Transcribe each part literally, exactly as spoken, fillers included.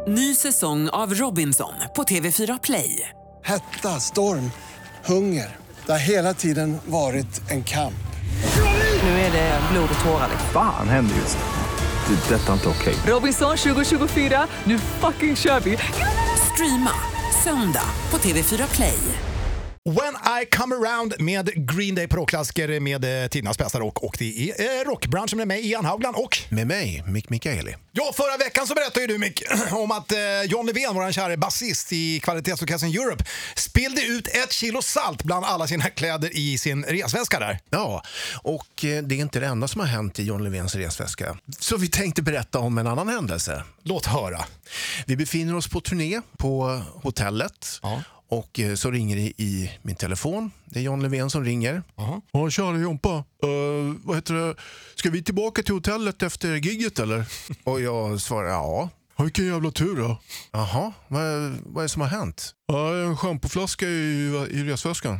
Ny säsong av Robinson på T V fyra Play. Hetta, storm, hunger. Det har hela tiden varit en kamp. Nu är det blod och tårar. Fan händer just det. Det är detta inte okej. Robinson tjugo tjugofyra, nu fucking kör vi. Streama söndag på T V fyra Play. When I Come Around med Green Day på rockklassiker med eh, tidernas bästa rock. Och det är eh, rockbranschen med mig, Ian Haugland och... Med mig, Mick Mikaeli. Ja, förra veckan så berättade ju du, Mick, om att eh, John Levén, våran kära basist i kvalitetsorkestern Europe, spillde ut ett kilo salt bland alla sina kläder i sin resväska där. Ja, och eh, det är inte det enda som har hänt i John Levéns resväska. Så vi tänkte berätta om en annan händelse. Låt höra. Vi befinner oss på turné på hotellet. Ja. Och så ringer det i min telefon. Det är John Levén som ringer. Uh-huh. Ja, tjena Jompa. Uh, vad heter det? Ska vi tillbaka till hotellet efter gigget eller? Och jag svarar ja. Vilken jävla tur då. Jaha, vad, vad är det som har hänt? Ja, en schampoflaska i, i resväskan.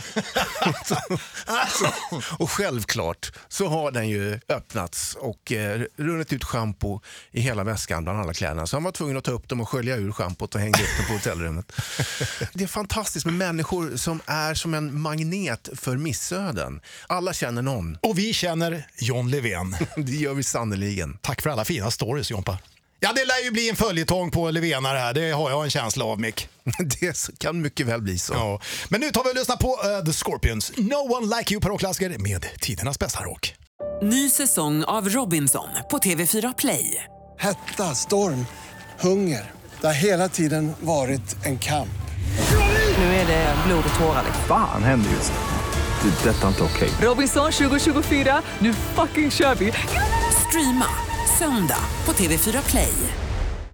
alltså, och självklart så har den ju öppnats och eh, runnit ut schampo i hela väskan bland alla kläderna. Så han var tvungen att ta upp dem och skölja ur schampot och hänga upp dem på hotellrummet. Det är fantastiskt med människor som är som en magnet för missöden. Alla känner någon. Och vi känner John Levén. Det gör vi sannoliken. Tack för alla fina stories, Jompa. Ja, det lär ju bli en följetong på Levenare här. Det har jag en känsla av, Mick. Det kan mycket väl bli så. Ja. Men nu tar vi och lyssnar på uh, The Scorpions. No One Like You på rockklassiker med tidernas bästa rock. Ny säsong av Robinson på T V fyra Play. Hetta, storm, hunger. Det har hela tiden varit en kamp. Nu är det blod och tårar. Fan händer just det. Det är detta inte okej. Robinson tjugo tjugofyra, nu fucking kör vi. Streama söndag på T V fyra Play.